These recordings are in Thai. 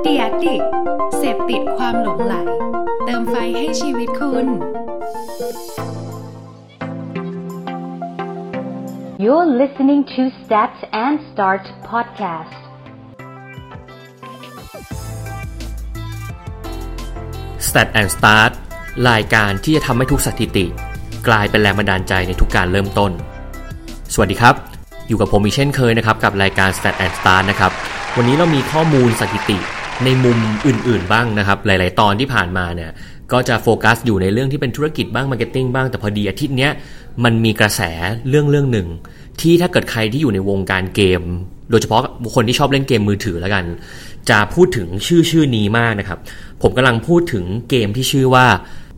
The Addict เสพติดความหลงใหลเติมไฟให้ชีวิตคุณ You're listening to Stat and Start podcast. Stat and Start รายการที่จะทำให้ทุกสถิติกลายเป็นแรงบันดาลใจในทุกการเริ่มต้นสวัสดีครับอยู่กับผมอีกเช่นเคยนะครับกับรายการ Stat and Start นะครับวันนี้เรามีข้อมูลสถิติในมุมอื่นๆบ้างนะครับหลายๆตอนที่ผ่านมาเนี่ยก็จะโฟกัสอยู่ในเรื่องที่เป็นธุรกิจบ้างมาร์เก็ตติ้งบ้างแต่พอดีอาทิตย์เนี้ยมันมีกระแสเรื่องหนึ่งที่ถ้าเกิดใครที่อยู่ในวงการเกมโดยเฉพาะบุคคลที่ชอบเล่นเกมมือถือแล้วกันจะพูดถึงชื่อนี้มากนะครับผมกำลังพูดถึงเกมที่ชื่อว่า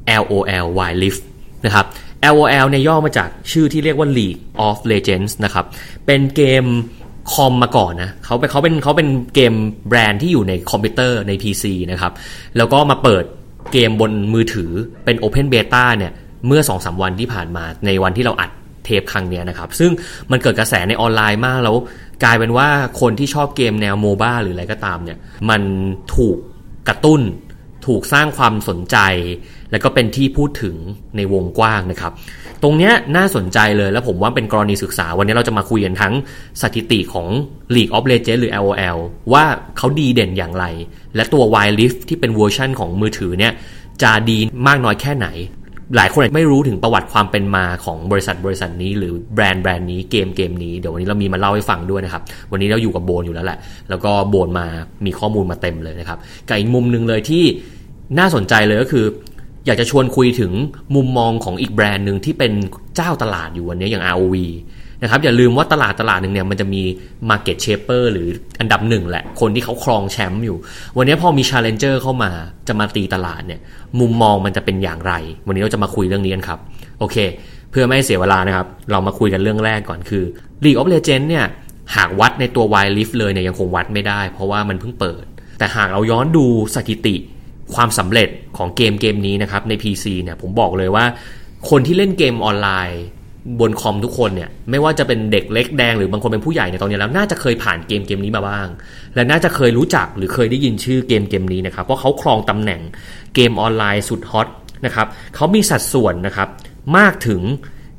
LOL Wild Rift นะครับ LOL เนี่ยย่อมาจากชื่อที่เรียกว่า League of Legends นะครับเป็นเกมคอมมาก่อนนะเขาเป็นเกมแบรนด์ที่อยู่ในคอมพิวเตอร์ใน PC นะครับแล้วก็มาเปิดเกมบนมือถือเป็น Open Beta เนี่ยเมื่อ 2-3 วันที่ผ่านมาในวันที่เราอัดเทปครั้งนี้นะครับซึ่งมันเกิดกระแสในออนไลน์มากแล้วกลายเป็นว่าคนที่ชอบเกมแนวโมบ้าหรืออะไรก็ตามเนี่ยมันถูกกระตุ้นถูกสร้างความสนใจแล้วก็เป็นที่พูดถึงในวงกว้างนะครับตรงเนี้ยน่าสนใจเลยแล้วผมว่าเป็นกรณีศึกษาวันนี้เราจะมาคุยกันทั้งสถิติของ League of Legends หรือ LOL ว่าเขาดีเด่นอย่างไรและตัว Wild Rift ที่เป็นเวอร์ชั่นของมือถือเนี่ยจะดีมากน้อยแค่ไหนหลายคนไม่รู้ถึงประวัติความเป็นมาของบริษัทนี้หรือแบรนด์นี้เกมนี้เดี๋ยววันนี้เรามีมาเล่าให้ฟังด้วยนะครับวันนี้เราอยู่กับโบนอยู่แล้วแหละแล้วก็โบนมามีข้อมูลมาเต็มเลยนะครับกับอีกมุมนึงเลยที่น่าสนใจเลยก็คืออยากจะชวนคุยถึงมุมมองของอีกแบรนด์นึงที่เป็นเจ้าตลาดอยู่วันนี้อย่าง ROV นะครับอย่าลืมว่าตลาดนึงเนี่ยมันจะมี Market Shaper หรืออันดับ1แหละคนที่เขาครองแชมป์อยู่วันนี้พอมี Challenger เข้ามาจะมาตีตลาดเนี่ยมุมมองมันจะเป็นอย่างไรวันนี้เราจะมาคุยเรื่องนี้กันครับโอเคเพื่อไม่ให้เสียเวลานะครับเรามาคุยกันเรื่องแรกก่อนคือ League of Legends เนี่ยหากวัดในตัว Wild Rift เลยเนี่ยยังคงวัดไม่ได้เพราะว่ามันเพิ่งเปิดแต่หากเราย้อนดูสถิติความสำเร็จของเกมนี้นะครับใน PC เนี่ยผมบอกเลยว่าคนที่เล่นเกมออนไลน์บนคอมทุกคนเนี่ยไม่ว่าจะเป็นเด็กเล็กแดงหรือบางคนเป็นผู้ใหญ่ในตอนนี้แล้วน่าจะเคยผ่านเกมนี้มาบ้างและน่าจะเคยรู้จักหรือเคยได้ยินชื่อเกมนี้นะครับเพราะเขาครองตำแหน่งเกมออนไลน์สุดฮอตนะครับเขามีสัดส่วนนะครับมากถึง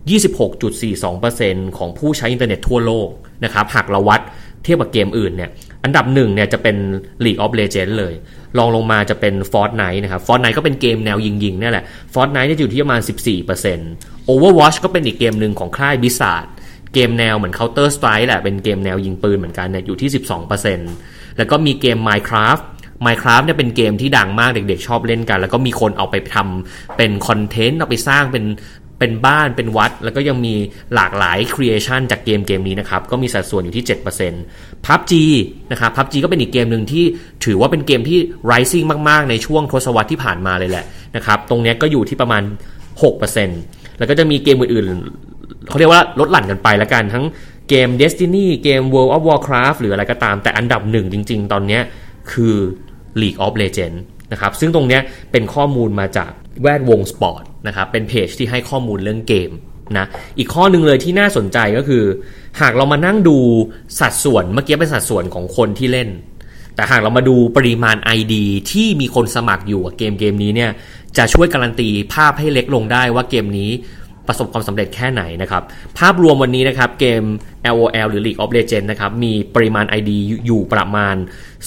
26.42% ของผู้ใช้อินเทอร์เน็ตทั่วโลกนะครับหากเราวัดเทียบกับเกมอื่นเนี่ยอันดับ1เนี่ยจะเป็น League of Legends เลยรองลงมาจะเป็น Fortnite นะครับ Fortnite ก็เป็นเกมแนวยิงนี่แหละ Fortnite จะอยู่ที่ประมาณ 14% Overwatch ก็เป็นอีกเกมนึงของค่าย Blizzard เกมแนวเหมือน Counter Strike แหละเป็นเกมแนวยิงปืนเหมือนกันเนี่ยอยู่ที่ 12% แล้วก็มีเกม Minecraft เนี่ยเป็นเกมที่ดังมากเด็กๆชอบเล่นกันแล้วก็มีคนเอาไปทำเป็นคอนเทนต์เอาไปสร้างเป็นบ้านเป็นวัดแล้วก็ยังมีหลากหลายครีเอชันจากเกมนี้นะครับก็มีสัดส่วนอยู่ที่ 7% PUBG นะครับ PUBG ก็เป็นอีกเกมนึงที่ถือว่าเป็นเกมที่ rising มากๆในช่วงทศวรรษที่ผ่านมาเลยแหละนะครับตรงนี้ก็อยู่ที่ประมาณ 6% แล้วก็จะมีเกมอื่นๆเขาเรียกว่าลดหลั่นกันไปแล้วกันทั้งเกม Destiny เกม World of Warcraft หรืออะไรก็ตามแต่อันดับ1จริงๆตอนนี้คือ League of Legends นะครับซึ่งตรงนี้เป็นข้อมูลมาจากแวดวงสปอร์ตนะครับเป็นเพจที่ให้ข้อมูลเรื่องเกมนะอีกข้อนึงเลยที่น่าสนใจก็คือหากเรามานั่งดูสัดส่วนเมื่อกี้เป็นสัดส่วนของคนที่เล่นแต่หากเรามาดูปริมาณ ID ที่มีคนสมัครอยู่กับเกมนี้เนี่ยจะช่วยการันตีภาพให้เล็กลงได้ว่าเกมนี้ประสบความสำเร็จแค่ไหนนะครับภาพรวมวันนี้นะครับเกม LOL หรือ League of Legends นะครับมีปริมาณ ID อยู่ประมาณ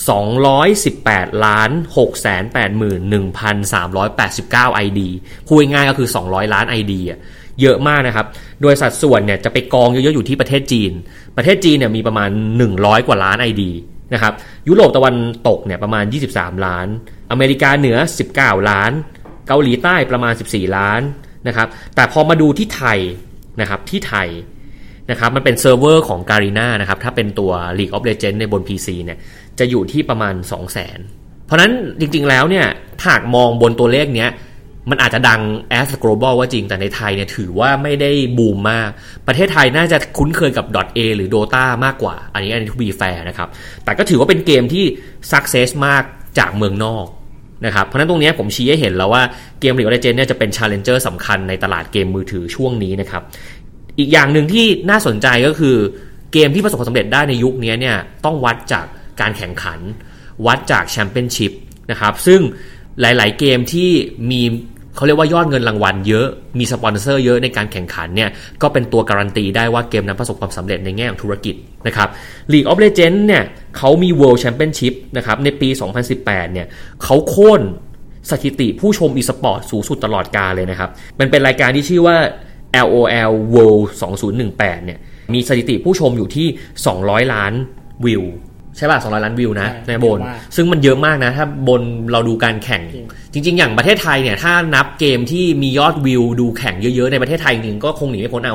218,681,389 ID พูดง่ายๆก็คือ200ล้าน ID อ่ะเยอะมากนะครับโดยสัดส่วนเนี่ยจะไปกองเยอะๆอยู่ที่ประเทศจีนเนี่ยมีประมาณ100กว่าล้าน ID นะครับยุโรปตะวันตกเนี่ยประมาณ23ล้านอเมริกาเหนือ19ล้านเกาหลีใต้ประมาณ14ล้านนะครับแต่พอมาดูที่ไทยนะครับนะครับมันเป็นเซิร์ฟเวอร์ของ Garena นะครับถ้าเป็นตัว League of Legends ในบน PC เนี่ยจะอยู่ที่ประมาณ 200,000 เพราะนั้นจริงๆแล้วเนี่ยหากมองบนตัวเลขเนี้ยมันอาจจะดัง as global ว่าจริงแต่ในไทยเนี่ยถือว่าไม่ได้บูมมากประเทศไทยน่าจะคุ้นเคยกับ .A หรือ Dota มากกว่าอันนี้ to be fair นะครับแต่ก็ถือว่าเป็นเกมที่ success มากจากเมืองนอกนะครับเพราะนั้นตรงนี้ผมชี้ให้เห็นแล้วว่าเกม League of Legends เนี่ยจะเป็น challenger สำคัญในตลาดเกมมือถือช่วงนี้นะครับอีกอย่างหนึ่งที่น่าสนใจก็คือเกมที่ประสบความสำเร็จได้ในยุคนี้เนี่ยต้องวัดจากการแข่งขันวัดจากแชมเปี้ยนชิพนะครับซึ่งหลายๆเกมที่มีเขาเรียกว่ายอดเงินรางวัลเยอะมีสปอนเซอร์เยอะในการแข่งขันเนี่ยก็เป็นตัวการันตีได้ว่าเกมนั้นประสบความสำเร็จในแง่ของธุรกิจนะครับ League of Legends เนี่ยเขามี World Championship นะครับในปี 2018 เนี่ยเขาโค่นสถิติผู้ชม e-sport สูงสุดตลอดกาลเลยนะครับมันเป็นรายการที่ชื่อว่า LOL World 2018 เนี่ยมีสถิติผู้ชมอยู่ที่200 ล้านวิวใช่ป่ะ200 ล้านวิวนะในบนซึ่งมันเยอะมากนะถ้าบนเราดูการแข่งจริงๆอย่างประเทศไทยเนี่ยถ้านับเกมที่มียอดวิวดูแข่งเยอะๆในประเทศไทยจริงๆก็คงหนีไม่พ้น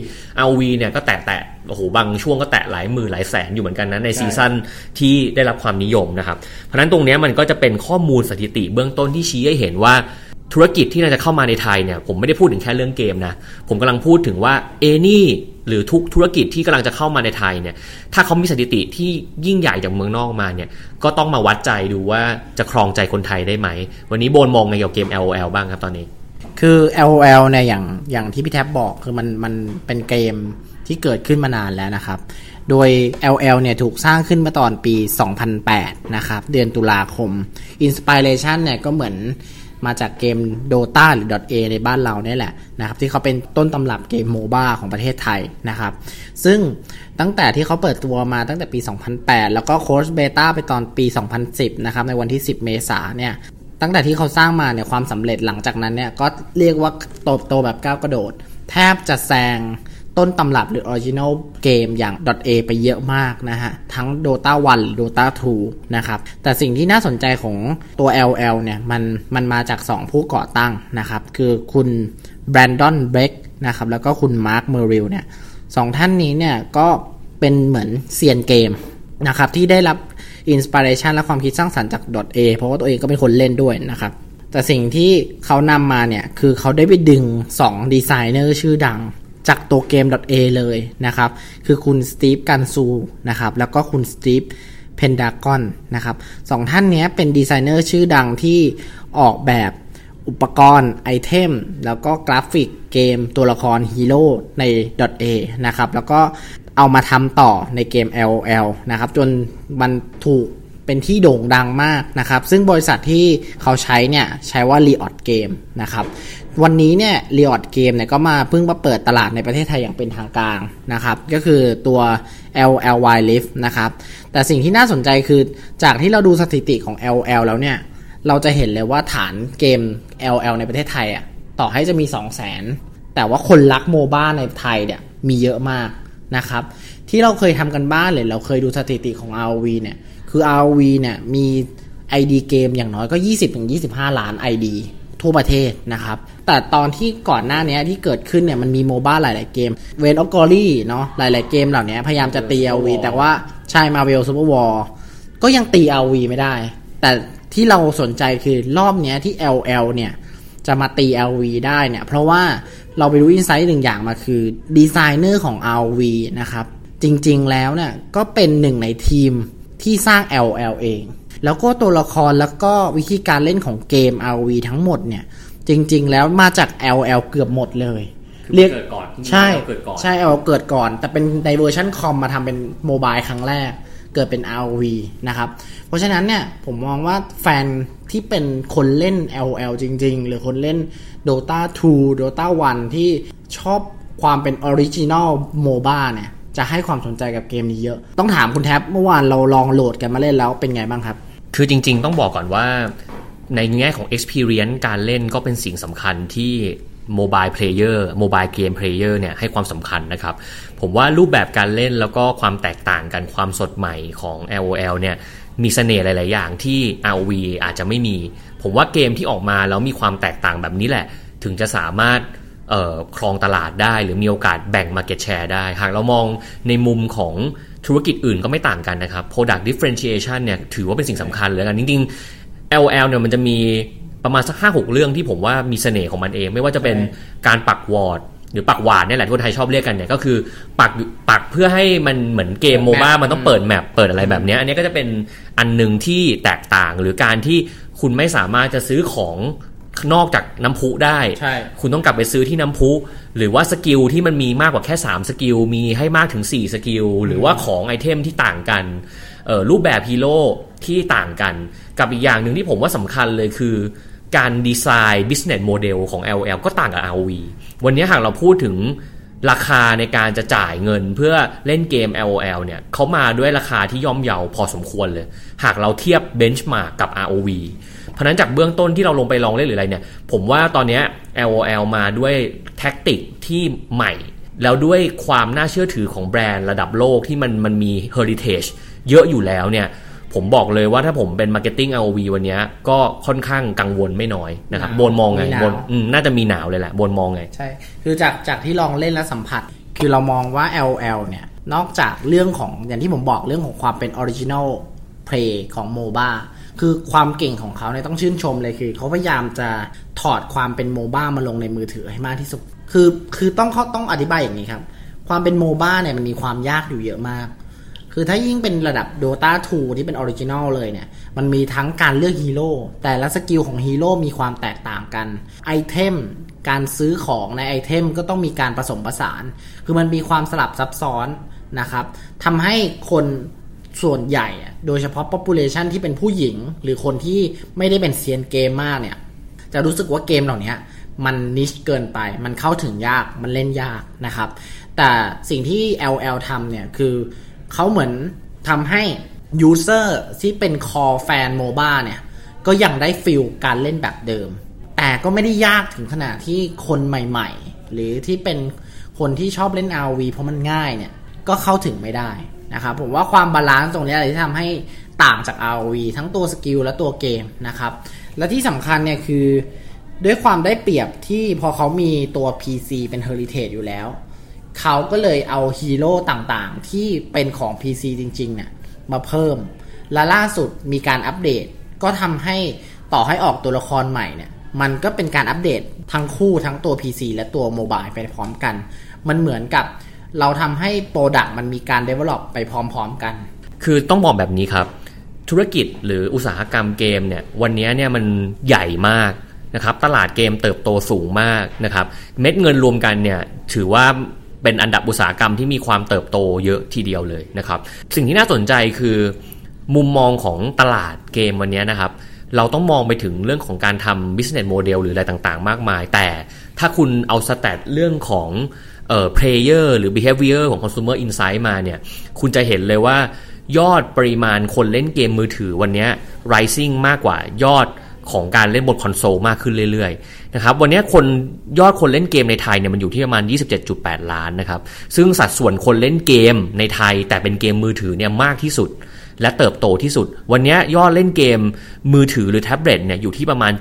RV เนี่ยก็แตะโอ้โหบางช่วงก็แตะหลายหมื่นหลายแสนอยู่เหมือนกันนะในซีซั่นที่ได้รับความนิยมนะครับเพราะฉะนั้นตรงนี้มันก็จะเป็นข้อมูลสถิติเบื้องต้นที่ชี้ให้เห็นว่าธุรกิจที่น่าจะเข้ามาในไทยเนี่ยผมไม่ได้พูดถึงแค่เรื่องเกมนะผมกำลังพูดถึงว่านี่หรือทุกธุรกิจที่กำลังจะเข้ามาในไทยเนี่ยถ้าเขามีสถิติที่ยิ่งใหญ่จากเมืองนอกมาเนี่ยก็ต้องมาวัดใจดูว่าจะครองใจคนไทยได้ไหมวันนี้โบนมองไงเกี่ยวกับเกม LOL บ้างครับตอนนี้คือ LOL เนี่ยอย่างที่พี่แท็บบอกคือมันเป็นเกมที่เกิดขึ้นมานานแล้วนะครับโดย LOL เนี่ยถูกสร้างขึ้นเมื่อตอนปี 2008 นะครับเดือนตุลาคม Inspiration เนี่ยก็เหมือนมาจากเกม Dota หรือ .A ในบ้านเราเนี่ยแหละนะครับที่เขาเป็นต้นตำรับเกม MOBA ของประเทศไทยนะครับซึ่งตั้งแต่ที่เขาเปิดตัวมาตั้งแต่ปี 2008 แล้วก็โค้ชเบต้าไปตอนปี 2010 นะครับในวันที่ 10 เมษายนเนี่ยตั้งแต่ที่เขาสร้างมาเนี่ยความสำเร็จหลังจากนั้นเนี่ยก็เรียกว่าโตแบบก้าวกระโดดแทบจะแซงต้นตำรับหรือ Original เกมอย่าง .A ไปเยอะมากนะฮะทั้ง Dota 1 หรือ Dota 2 นะครับแต่สิ่งที่น่าสนใจของตัว LOL เนี่ยมันมาจาก2ผู้ก่อตั้งนะครับคือคุณแบรนดอนเบรกนะครับแล้วก็คุณมาร์คเมอริลเนี่ย2ท่านนี้เนี่ยก็เป็นเหมือนเซียนเกมนะครับที่ได้รับอินสปิเรชันและความคิดสร้างสรรค์จาก .A เพราะว่าตัวเองก็เป็นคนเล่นด้วยนะครับแต่สิ่งที่เขานำมาเนี่ยคือเขาได้ไปดึง2ดีไซเนอร์ชื่อดังจากตัวเกม .A เลยนะครับคือคุณสตีฟกันซูนะครับแล้วก็คุณสตีฟเพนดากอนนะครับ2ท่านนี้เป็นดีไซเนอร์ชื่อดังที่ออกแบบอุปกรณ์ไอเทมแล้วก็กราฟิกเกมตัวละครฮีโร่ใน .A นะครับแล้วก็เอามาทำต่อในเกม LOL นะครับจนมันถูกเป็นที่โด่งดังมากนะครับซึ่งบริษัทที่เขาใช้เนี่ยใช้ว่า Riot Game นะครับวันนี้เนี่ย Riot Game เนี่ยก็เพิ่งมาเปิดตลาดในประเทศไทยอย่างเป็นทางการนะครับก็คือตัว LOL Wild Rift นะครับแต่สิ่งที่น่าสนใจคือจากที่เราดูสถิติของ LOL แล้วเนี่ยเราจะเห็นเลยว่าฐานเกม LOL ในประเทศไทยอ่ะต่อให้จะมี 200,000 แต่ว่าคนรักโมบ้าในไทยเนี่ยมีเยอะมากนะครับที่เราเคยทำกันบ้านเลยเราเคยดูสถิติของ ROV เนี่ยคือ ROV เนี่ยมี ID เกมอย่างน้อยก็ 20-25 ล้าน ID ทั่วประเทศนะครับแต่ตอนที่ก่อนหน้านี้ที่เกิดขึ้นเนี่ยมันมีโมบ้าหลายๆเกม Vein of Glory เนาะหลายๆเกมเหล่านี้พยายามจะตี ROV แต่ว่าใช่ Marvel Super War ก็ยังตี ROV ไม่ได้แต่ที่เราสนใจคือรอบนี้ที่ LOL เนี่ยจะมาตี ROV ได้เนี่ยเพราะว่าเราไปรู้อินไซต์หนึ่งอย่างมาคือดีไซเนอร์ของ ROV นะครับจริงๆแล้วเนี่ยก็เป็นหนึ่งในทีมที่สร้าง LOL เองแล้วก็ตัวละครแล้วก็วิธีการเล่นของเกม ROV ทั้งหมดเนี่ยจริงๆแล้วมาจาก LOL เกือบหมดเลยเรียกใช่ใช่ LOL เกิดก่อนแต่เป็นในเวอร์ชันคอมมาทำเป็นโมบายครั้งแรกเกิดเป็น ROV นะครับเพราะฉะนั้นเนี่ยผมมองว่าแฟนที่เป็นคนเล่น LOL จริงๆหรือคนเล่น Dota 2 Dota 1 ที่ชอบความเป็น Original MOBA เนี่ยจะให้ความสนใจกับเกมนี้เยอะต้องถามคุณแท็บเมื่อวานเราลองโหลดกันมาเล่นแล้วเป็นไงบ้างครับคือจริงๆต้องบอกก่อนว่าในแง่ของ experience การเล่นก็เป็นสิ่งสำคัญที่ mobile game player เนี่ยให้ความสำคัญนะครับผมว่ารูปแบบการเล่นแล้วก็ความแตกต่างกันความสดใหม่ของ LOL เนี่ยมีเสน่ห์หลายๆอย่างที่ ROV อาจจะไม่มีผมว่าเกมที่ออกมาแล้วมีความแตกต่างแบบนี้แหละถึงจะสามารถครองตลาดได้หรือมีโอกาสแบ่ง market share ได้หากเรามองในมุมของธุรกิจอื่นก็ไม่ต่างกันนะครับ product differentiation เนี่ยถือว่าเป็นสิ่งสำคัญเลยกันจริงๆ LOL เนี่ยมันจะมีประมาณสัก 5-6 เรื่องที่ผมว่ามีเสน่ห์ของมันเองไม่ว่าจะเป็นการปักวอร์ดหรือปักหวาดเนี่ยแหละที่คนไทยชอบเรียกกันเนี่ยก็คือปักเพื่อให้มันเหมือนเกมโมบ้ามันต้องเปิดแมปเปิดอะไรแบบนี้อันนี้ก็จะเป็นอันนึงที่แตกต่างหรือการที่คุณไม่สามารถจะซื้อของนอกจากน้ำพุได้คุณต้องกลับไปซื้อที่น้ำพุหรือว่าสกิลที่มันมีมากกว่าแค่3สกิลมีให้มากถึง4สกิลหรือว่าของไอเทมที่ต่างกันรูปแบบฮีโร่ที่ต่างกันกับอีกอย่างหนึ่งที่ผมว่าสำคัญเลยคือการดีไซน์ business model ของ LOL ก็ต่างกับ ROV วันนี้หากเราพูดถึงราคาในการจะจ่ายเงินเพื่อเล่นเกม LOL เนี่ยเขามาด้วยราคาที่ย่อมเยาพอสมควรเลยหากเราเทียบ benchmark กับ ROV เพราะนั้นจากเบื้องต้นที่เราลงไปลองเล่นหรืออะไรเนี่ยผมว่าตอนนี้ LOL มาด้วยแท็กติกที่ใหม่แล้วด้วยความน่าเชื่อถือของแบรนด์ระดับโลกที่มันมี heritage เยอะอยู่แล้วเนี่ยผมบอกเลยว่าถ้าผมเป็น marketing ROV วันนี้ก็ค่อนข้างกังวลไม่น้อยนะครับโบนมองไงโบนน่าจะมีหนาวเลยแหละโบนมองไงใช่คือจากที่ลองเล่นและสัมผัสคือเรามองว่า LOL เนี่ยนอกจากเรื่องของอย่างที่ผมบอกเรื่องของความเป็น original play ของ MOBA คือความเก่งของเขาเนี่ยต้องชื่นชมเลยคือเขาพยายามจะถอดความเป็น MOBA มาลงในมือถือให้มากที่สุดคือต้องอธิบายอย่างนี้ครับความเป็น MOBA เนี่ยมันมีความยากอยู่เยอะมากคือถ้ายิ่งเป็นระดับ Dota 2 ที่เป็นออริจินอลเลยเนี่ยมันมีทั้งการเลือกฮีโร่แต่ละสกิลของฮีโร่มีความแตกต่างกันไอเทมการซื้อของในไอเทมก็ต้องมีการผสมผสานคือมันมีความสลับซับซ้อนนะครับทำให้คนส่วนใหญ่โดยเฉพาะ population ที่เป็นผู้หญิงหรือคนที่ไม่ได้เป็นเซียนเกมมากเนี่ยจะรู้สึกว่าเกมเหล่านี้มันนิชเกินไปมันเข้าถึงยากมันเล่นยากนะครับแต่สิ่งที่ LL ทำเนี่ยคือเขาเหมือนทำให้ user ที่เป็น core fan MOBA เนี่ยก็ยังได้ฟีลการเล่นแบบเดิมแต่ก็ไม่ได้ยากถึงขนาดที่คนใหม่ๆหรือที่เป็นคนที่ชอบเล่น ROV เพราะมันง่ายเนี่ยก็เข้าถึงไม่ได้นะครับผมว่าความบาลานซ์ตรงนี้อะไรที่ทำให้ต่างจาก ROV ทั้งตัวสกิลและตัวเกมนะครับและที่สำคัญเนี่ยคือด้วยความได้เปรียบที่พอเขามีตัว PC เป็น Heritage อยู่แล้วเขาก็เลยเอาฮีโร่ต่างๆที่เป็นของ PC จริงๆเนี่ยมาเพิ่มและล่าสุดมีการอัปเดตก็ทำให้ต่อให้ออกตัวละครใหม่เนี่ยมันก็เป็นการอัปเดตทั้งคู่ทั้งตัว PC และตัว Mobile ไปพร้อมกันมันเหมือนกับเราทำให้โปรดักต์มันมีการ develop ไปพร้อมๆกันคือต้องบอกแบบนี้ครับธุรกิจหรืออุตสาหกรรมเกมเนี่ยวันนี้เนี่ยมันใหญ่มากนะครับตลาดเกมเติบโตสูงมากนะครับเม็ดเงินรวมกันเนี่ยถือว่าเป็นอันดับอุตสาหกรรมที่มีความเติบโตเยอะทีเดียวเลยนะครับสิ่งที่น่าสนใจคือมุมมองของตลาดเกมวันนี้นะครับเราต้องมองไปถึงเรื่องของการทำ business model หรืออะไรต่างๆมากมายแต่ถ้าคุณเอาสแตทเรื่องของplayer หรือ behavior ของ consumer insight มาเนี่ยคุณจะเห็นเลยว่ายอดปริมาณคนเล่นเกมมือถือวันนี้ rising มากกว่ายอดของการเล่นบนคอนโซลมากขึ้นเรื่อยๆนะครับวันนี้ยอดคนเล่นเกมในไทยเนี่ยมันอยู่ที่ประมาณ 27.8 ล้านนะครับซึ่งสัดส่วนคนเล่นเกมในไทยแต่เป็นเกมมือถือเนี่ยมากที่สุดและเติบโตที่สุดวันนี้ยอดเล่นเกมมือถือหรือแท็บเล็ตเนี่ยอยู่ที่ประมาณ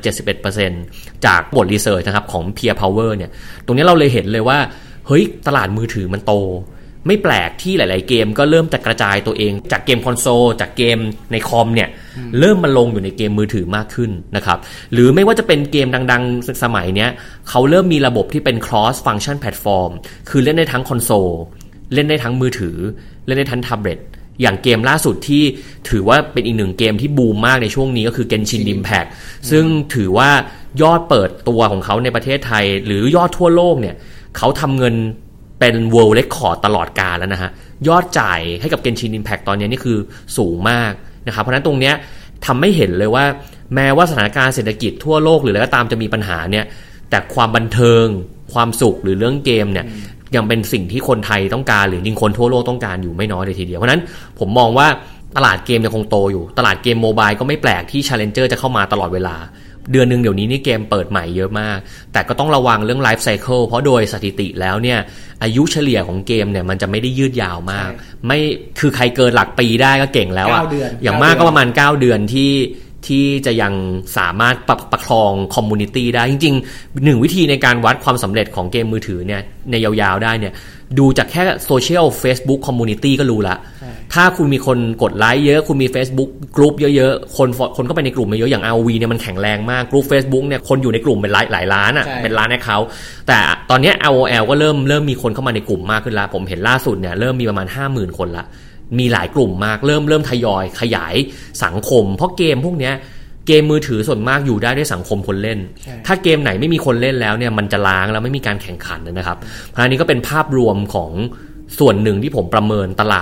71% จากบทรีเสิร์ชนะครับของ Peer Power เนี่ยตรงนี้เราเลยเห็นเลยว่าเฮ้ยตลาดมือถือมันโตไม่แปลกที่หลายๆเกมก็เริ่มจะกระจายตัวเองจากเกมคอนโซลจากเกมในคอมเนี่ยเริ่มมาลงอยู่ในเกมมือถือมากขึ้นนะครับหรือไม่ว่าจะเป็นเกมดังๆสมัยเนี้ยเขาเริ่มมีระบบที่เป็น cross function platform คือเล่นได้ทั้งคอนโซลเล่นได้ทั้งมือถือเล่นได้ทั้งแท็บเล็ตอย่างเกมล่าสุดที่ถือว่าเป็นอีกหนึ่งเกมที่บูมมากในช่วงนี้ก็คือ Genshin Impact ซึ่งถือว่ายอดเปิดตัวของเขาในประเทศไทยหรือยอดทั่วโลกเนี่ยเขาทำเงินเป็น world record ตลอดกาลแล้วนะฮะยอดจ่ายให้กับ Genshin Impact ตอนนี้นี่คือสูงมากนะครับเพราะฉะนั้นตรงเนี้ยทำให้เห็นเลยว่าแม้ว่าสถานการณ์เศรษฐกิจทั่วโลกหรืออะไรก็ตามจะมีปัญหาเนี่ยแต่ความบันเทิงความสุขหรือเรื่องเกมเนี่ยยังเป็นสิ่งที่คนไทยต้องการหรือจริงคนทั่วโลกต้องการอยู่ไม่น้อยเลยทีเดียวเพราะนั้นผมมองว่าตลาดเกมยังคงโตอยู่ตลาดเกมโมบายก็ไม่แปลกที่ Challenger จะเข้ามาตลอดเวลาเดือนนึงเดี๋ยวนี้นี่เกมเปิดใหม่เยอะมากแต่ก็ต้องระวังเรื่อง Life Cycle เพราะโดยสถิติแล้วเนี่ยอายุเฉลี่ยของเกมเนี่ยมันจะไม่ได้ยืดยาวมากไม่คือใครเกินหลักปีได้ก็เก่งแล้วอ่ะอย่างมากก็ประมาณ9เดือนที่จะยังสามารถประคองคอมมูนิตี้ได้จริงๆหนึ่งวิธีในการวัดความสำเร็จของเกมมือถือเนี่ยในยาวๆได้เนี่ยดูจากแค่โซเชียล Facebook Community ก็รู้ละถ้าคุณมีคนกดไลค์เยอะคุณมี Facebook กลุ่มเยอะๆคนเข้าไปในกลุ่มเยอะอย่าง ROV เนี่ยมันแข็งแรงมากกลุ่ม Facebook เนี่ยคนอยู่ในกลุ่มเป็นหลายล้านอ่ะเป็นล้านให้เขาแต่ตอนนี้ LOL ก็เริ่มมีคนเข้ามาในกลุ่มมากขึ้นแล้วผมเห็นล่าสุดเนี่ยเริ่มมีประมาณ 50,000 คนละมีหลายกลุ่มมากเริ่มทยอยขยายสังคมเพราะเกมพวกเนี้ยเกมมือถือส่วนมากอยู่ได้ด้วยสังคมคนเล่นถ้าเกมไหนไม่มีคนเล่นแล้วเนี่ยมันจะล้างแล้วไม่มีการแข่งขันนะครับเพราะอันนี้ก็เป็นภาพรวมของส่วนหนึ่งที่ผมประเมินตลาด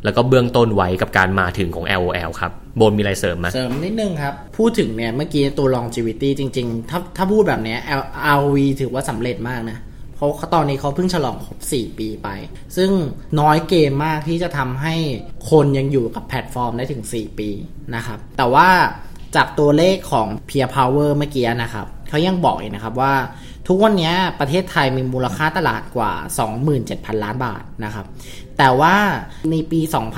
แล้วก็เบื้องต้นไว้กับการมาถึงของ LOL ครับโบนมีอะไรเสริมไหมเสริมนิดนึงครับพูดถึงเนี่ยเมื่อกี้ตัว longevity จริงๆถ้าพูดแบบนี้ ROV ถือว่าสำเร็จมากนะเพราะตอนนี้เขาเพิ่งฉลองครบ4 ปีไปซึ่งน้อยเกมมากที่จะทำให้คนยังอยู่กับแพลตฟอร์มได้ถึง4 ปีนะครับแต่ว่าจากตัวเลขของ Peer Power เมื่อกี้นะครับเขายังบอกอีกนะครับว่าทุกวันนี้ประเทศไทยมีมูลค่าตลาดกว่า 27,000 ล้านบาทนะครับแต่ว่าในปี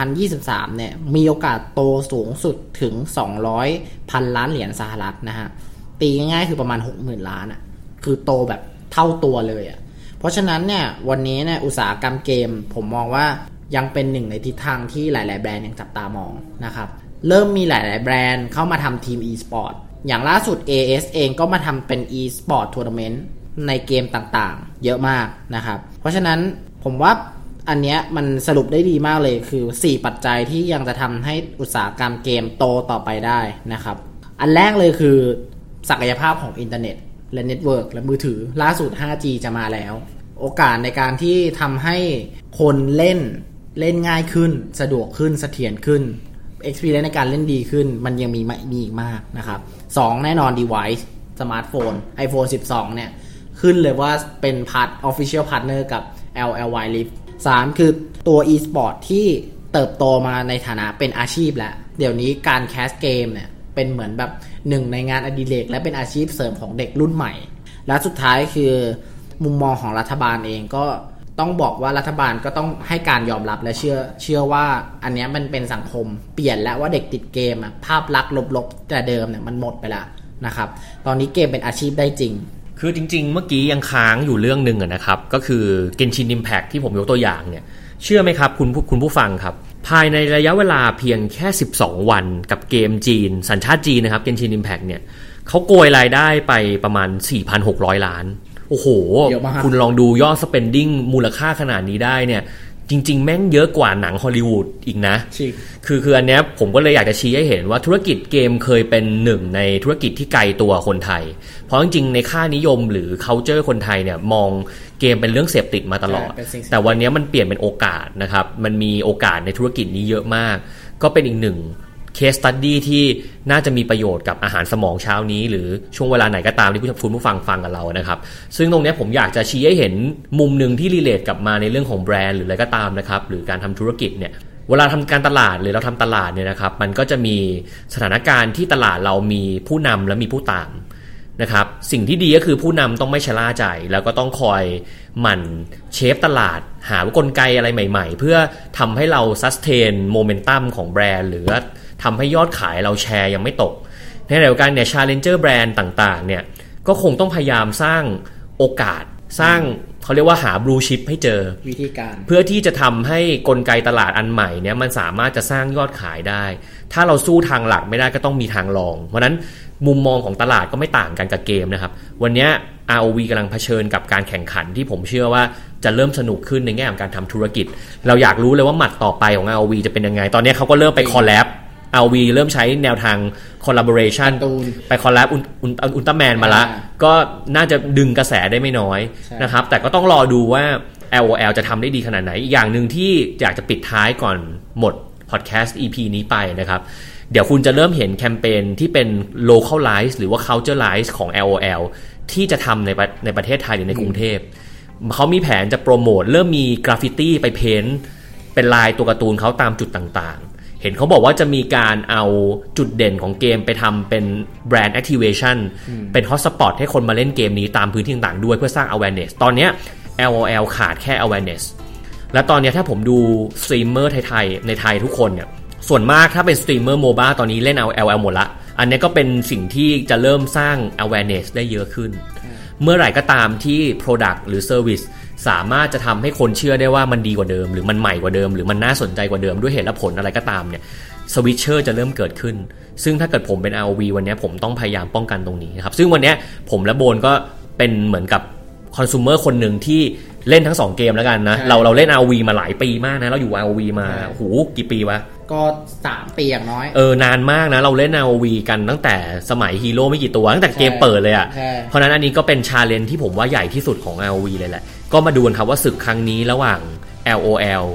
2023 เนี่ยมีโอกาสโตสูงสุดถึง 200,000 ล้านเหรียญสหรัฐนะฮะตีง่ายๆคือประมาณ 60,000 ล้านอ่ะคือโตแบบเท่าตัวเลยอ่ะเพราะฉะนั้นเนี่ยวันนี้เนี่ยอุตสาหกรรมเกมผมมองว่ายังเป็นหนึ่งในทิศทางที่หลายๆแบรนด์ยังจับตามองนะครับเริ่มมีหลายๆแบรนด์เข้ามาทำทีม e-sport อย่างล่าสุด AS เองก็มาทำเป็น e-sport tournament ในเกมต่างๆเยอะมากนะครับเพราะฉะนั้นผมว่าอันเนี้ยมันสรุปได้ดีมากเลยคือ4ปัจจัยที่ยังจะทำให้อุตสาหกรรมเกมโตต่อไปได้นะครับอันแรกเลยคือศักยภาพของอินเทอร์เน็ตและเน็ตเวิร์กและมือถือล่าสุด 5G จะมาแล้วโอกาสในการที่ทำให้คนเล่นง่ายขึ้นสะดวกขึ้นเสถียรขึ้น experience ในการเล่นดีขึ้นมันยังมีอีกมากนะครับ2แน่นอน device สมาร์ทโฟน iPhone 12 เนี่ยขึ้นเลยว่าเป็นofficial partner กับ LLY Lift 3คือตัว e-sport ที่เติบโตมาในฐานะเป็นอาชีพแล้วเดี๋ยวนี้การแคสเกมเนี่ยเป็นเหมือนแบบหนึ่งในงานอดิเรกและเป็นอาชีพเสริมของเด็กรุ่นใหม่และสุดท้ายคือมุมมองของรัฐบาลเองก็ต้องบอกว่ารัฐบาลก็ต้องให้การยอมรับและเชื่อว่าอันนี้มันเป็นสังคมเปลี่ยนแล้วว่าเด็กติดเกมภาพลักษณ์ลบๆแต่เดิมเนี่ยมันหมดไปแล้วนะครับตอนนี้เกมเป็นอาชีพได้จริงคือจริงๆเมื่อกี้ยังค้างอยู่เรื่องนึงนะครับก็คือ Genshin Impact ที่ผมยกตัวอย่างเนี่ยเชื่อไหมครับคุณผู้ฟังครับภายในระยะเวลาเพียงแค่12วันกับเกมจีนสัญชาติจีนนะครับ Genshin Impact เนี่ยเขาโกยรายได้ไปประมาณ 4,600 ล้านโอ้โหคุณลองดูยอด spending มูลค่าขนาดนี้ได้เนี่ยจริงๆแม่งเยอะกว่าหนังฮอลลีวูดอีกนะคืออันเนี้ยผมก็เลยอยากจะชี้ให้เห็นว่าธุรกิจเกมเคยเป็นหนึ่งในธุรกิจที่ไกลตัวคนไทยเพราะจริงๆในค่านิยมหรือ culture คนไทยเนี่ยมองเกมเป็นเรื่องเสพติดมาตลอดแต่วันนี้มันเปลี่ยนเป็นโอกาสนะครับมันมีโอกาสในธุรกิจนี้เยอะมากก็เป็นอีกหนึ่งcase study ที่น่าจะมีประโยชน์กับอาหารสมองเช้านี้หรือช่วงเวลาไหนก็ตามที่คุณผู้ฟังกับเรานะครับซึ่งตรงนี้ผมอยากจะชี้ให้เห็นมุมนึงที่รีเลทกลับมาในเรื่องของแบรนด์หรืออะไรก็ตามนะครับหรือการทำธุรกิจเนี่ยเวลาทำการตลาดหรือเราทำตลาดเนี่ยนะครับมันก็จะมีสถานการณ์ที่ตลาดเรามีผู้นำและมีผู้ตามนะครับสิ่งที่ดีก็คือผู้นำต้องไม่ชะล่าใจแล้วก็ต้องคอยหมั่นเชฟตลาดหากลไกอะไรใหม่ๆเพื่อทำให้เราซัสเทนโมเมนตัมของแบรนด์หรือทำให้ยอดขายเราแชร์ยังไม่ตกในขณะเดียวกันเนี่ย Challenger แบรนด์ต่างๆเนี่ยก็คงต้องพยายามสร้างโอกาสสร้างเขาเรียกว่าหา blue chip ให้เจอวิธีการเพื่อที่จะทำให้กลไกตลาดอันใหม่เนี่ยมันสามารถจะสร้างยอดขายได้ถ้าเราสู้ทางหลักไม่ได้ก็ต้องมีทางรองเพราะนั้นมุมมองของตลาดก็ไม่ต่างกันกับเกมนะครับวันนี้ ROV กำลังเผชิญกับการแข่งขันที่ผมเชื่อว่าจะเริ่มสนุกขึ้นในแง่ของการทำธุรกิจเราอยากรู้เลยว่าหมัดต่อไปของ ROV จะเป็นยังไงตอนนี้เขาก็เริ่มไปคอลแลบROV เริ่มใช้แนวทาง collaboration ไปคอลแลบอุลตร้าแมนมาละก็น่าจะดึงกระแสได้ไม่น้อยนะครับแต่ก็ต้องรอดูว่า LOL จะทำได้ดีขนาดไหนอีกอย่างนึงที่อยากจะปิดท้ายก่อนหมด podcast EP นี้ไปนะครับเดี๋ยวคุณจะเริ่มเห็นแคมเปญที่เป็น localize หรือว่า culturalize ของ LOL ที่จะทำในประเทศไทยหรือในกรุงเทพเขามีแผนจะโปรโมทเริ่มมีกราฟฟิตี้ไปเพ้นท์เป็นลายตัวการ์ตูนเขาตามจุดต่างๆเห็นเขาบอกว่าจะมีการเอาจุดเด่นของเกมไปทำเป็นแบรนด์ activation เป็นฮอตสปอตให้คนมาเล่นเกมนี้ตามพื้นที่ต่างๆด้วยเพื่อสร้าง awareness ตอนนี้ LOL ขาดแค่ awareness และตอนนี้ถ้าผมดูสตรีมเมอร์ไทยในไทยทุกคนเนี่ยส่วนมากถ้าเป็นสตรีมเมอร์โมบ้าตอนนี้เล่น LOL หมดละอันนี้ก็เป็นสิ่งที่จะเริ่มสร้าง awareness ได้เยอะขึ้นเมื่อไหร่ก็ตามที่ product หรือ service สามารถจะทำให้คนเชื่อได้ว่ามันดีกว่าเดิมหรือมันใหม่กว่าเดิมหรือมันน่าสนใจกว่าเดิมด้วยเหตุและผลอะไรก็ตามเนี่ยสวิตเชอร์จะเริ่มเกิดขึ้นซึ่งถ้าเกิดผมเป็น ROV วันนี้ผมต้องพยายามป้องกันตรงนี้นะครับซึ่งวันนี้ผมและโบนก็เป็นเหมือนกับคอน sumer คนหนึ่งที่เล่นทั้ง2เกมแล้วกันนะเราเล่น ROV มาหลายปีมากนะเราอยู่ ROV มาโหกี่ปีวะก็3ปีอย่างน้อยนานมากนะเราเล่น ROV กันตั้งแต่สมัยฮีโร่ไม่กี่ตัวตั้งแต่เกมเปิดเลยอ่ะเพราะนั้นอันนี้ก็เป็น challenge ที่ผมว่าใหญ่ที่สุดของ ROV เลยแหละก็มาดูกันครับว่าศึกครั้งนี้ระหว่าง LOL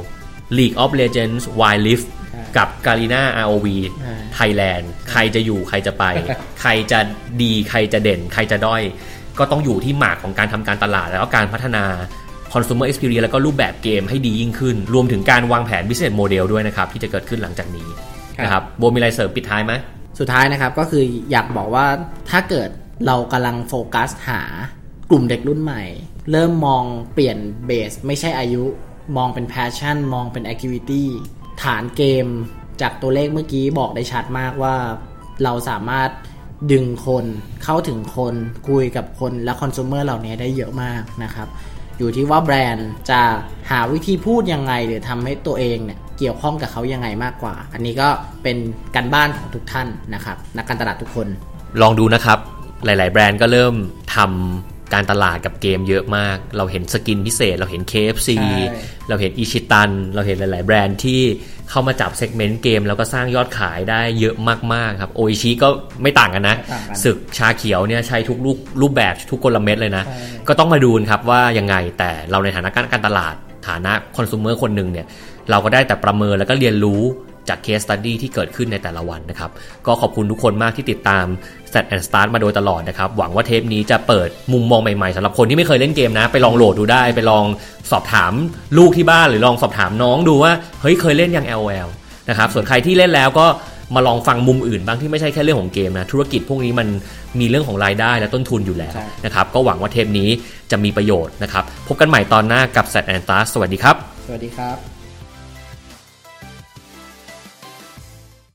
League of Legends Wild Rift กับ Garena ROV Thailand ใครจะอยู่ใครจะไป ใครจะดีใครจะเด่นใครจะด้อยก็ต้องอยู่ที่หมากของการทำการตลาดแล้วก็การพัฒนา Consumer Experience แล้วก็รูปแบบเกมให้ดียิ่งขึ้นรวมถึงการวางแผน Business Model ด้วยนะครับที่จะเกิดขึ้นหลังจากนี้นะครับโบมีอะไรเสริมปิดท้ายไหมสุดท้ายนะครับก็คืออยากบอกว่าถ้าเกิดเรากำลังโฟกัสหากลุ่มเด็กรุ่นใหม่เริ่มมองเปลี่ยนเบสไม่ใช่อายุมองเป็น passion มองเป็น activity ฐานเกมจากตัวเลขเมื่อกี้บอกได้ชัดมากว่าเราสามารถดึงคนเข้าถึงคนคุยกับคนและคอน sumer เหล่านี้ได้เยอะมากนะครับอยู่ที่ว่าแบรนด์จะหาวิธีพูดยังไงหรือทำให้ตัวเองเนี่ยเกี่ยวข้องกับเขายังไงมากกว่าอันนี้ก็เป็นการบ้านของทุกท่านนะครับนักการตลาดทุกคนลองดูนะครับหลายๆแบรนด์ก็เริ่มทำการตลาดกับเกมเยอะมากเราเห็นสกินพิเศษเราเห็น KFC เราเห็นอิชิตันเราเห็นหลายๆแบรนด์ที่เข้ามาจับเซกเมนต์เกมแล้วก็สร้างยอดขายได้เยอะมากๆครับโออิชิก็ไม่ต่างกันนะศึกชาเขียวเนี่ยใช้ทุกรูปแบบทุกกลเม็ดเลยนะก็ต้องมาดูครับว่ายังไงแต่เราในฐานะการตลาดฐานะคอน sumer คนหนึ่งเนี่ยเราก็ได้แต่ประเมินแล้วก็เรียนรู้จาก case study ที่เกิดขึ้นในแต่ละวันนะครับก็ขอบคุณทุกคนมากที่ติดตาม Stat and Start มาโดยตลอดนะครับหวังว่าเทปนี้จะเปิดมุมมองใหม่ๆสำหรับคนที่ไม่เคยเล่นเกมนะไปลองโหลดดูได้ไปลองสอบถามลูกที่บ้านหรือลองสอบถามน้องดูว่าเฮ้ยเคยเล่นยัง LOL นะครับส่วนใครที่เล่นแล้วก็มาลองฟังมุมอื่นบ้างที่ไม่ใช่แค่เรื่องของเกมนะธุรกิจพวกนี้มันมีเรื่องของรายได้และต้นทุนอยู่แล้วนะครับก็หวังว่าเทปนี้จะมีประโยชน์นะครับพบกันใหม่ตอนหน้ากับ Stat and Start สวัสดีครับสวัสดีครับ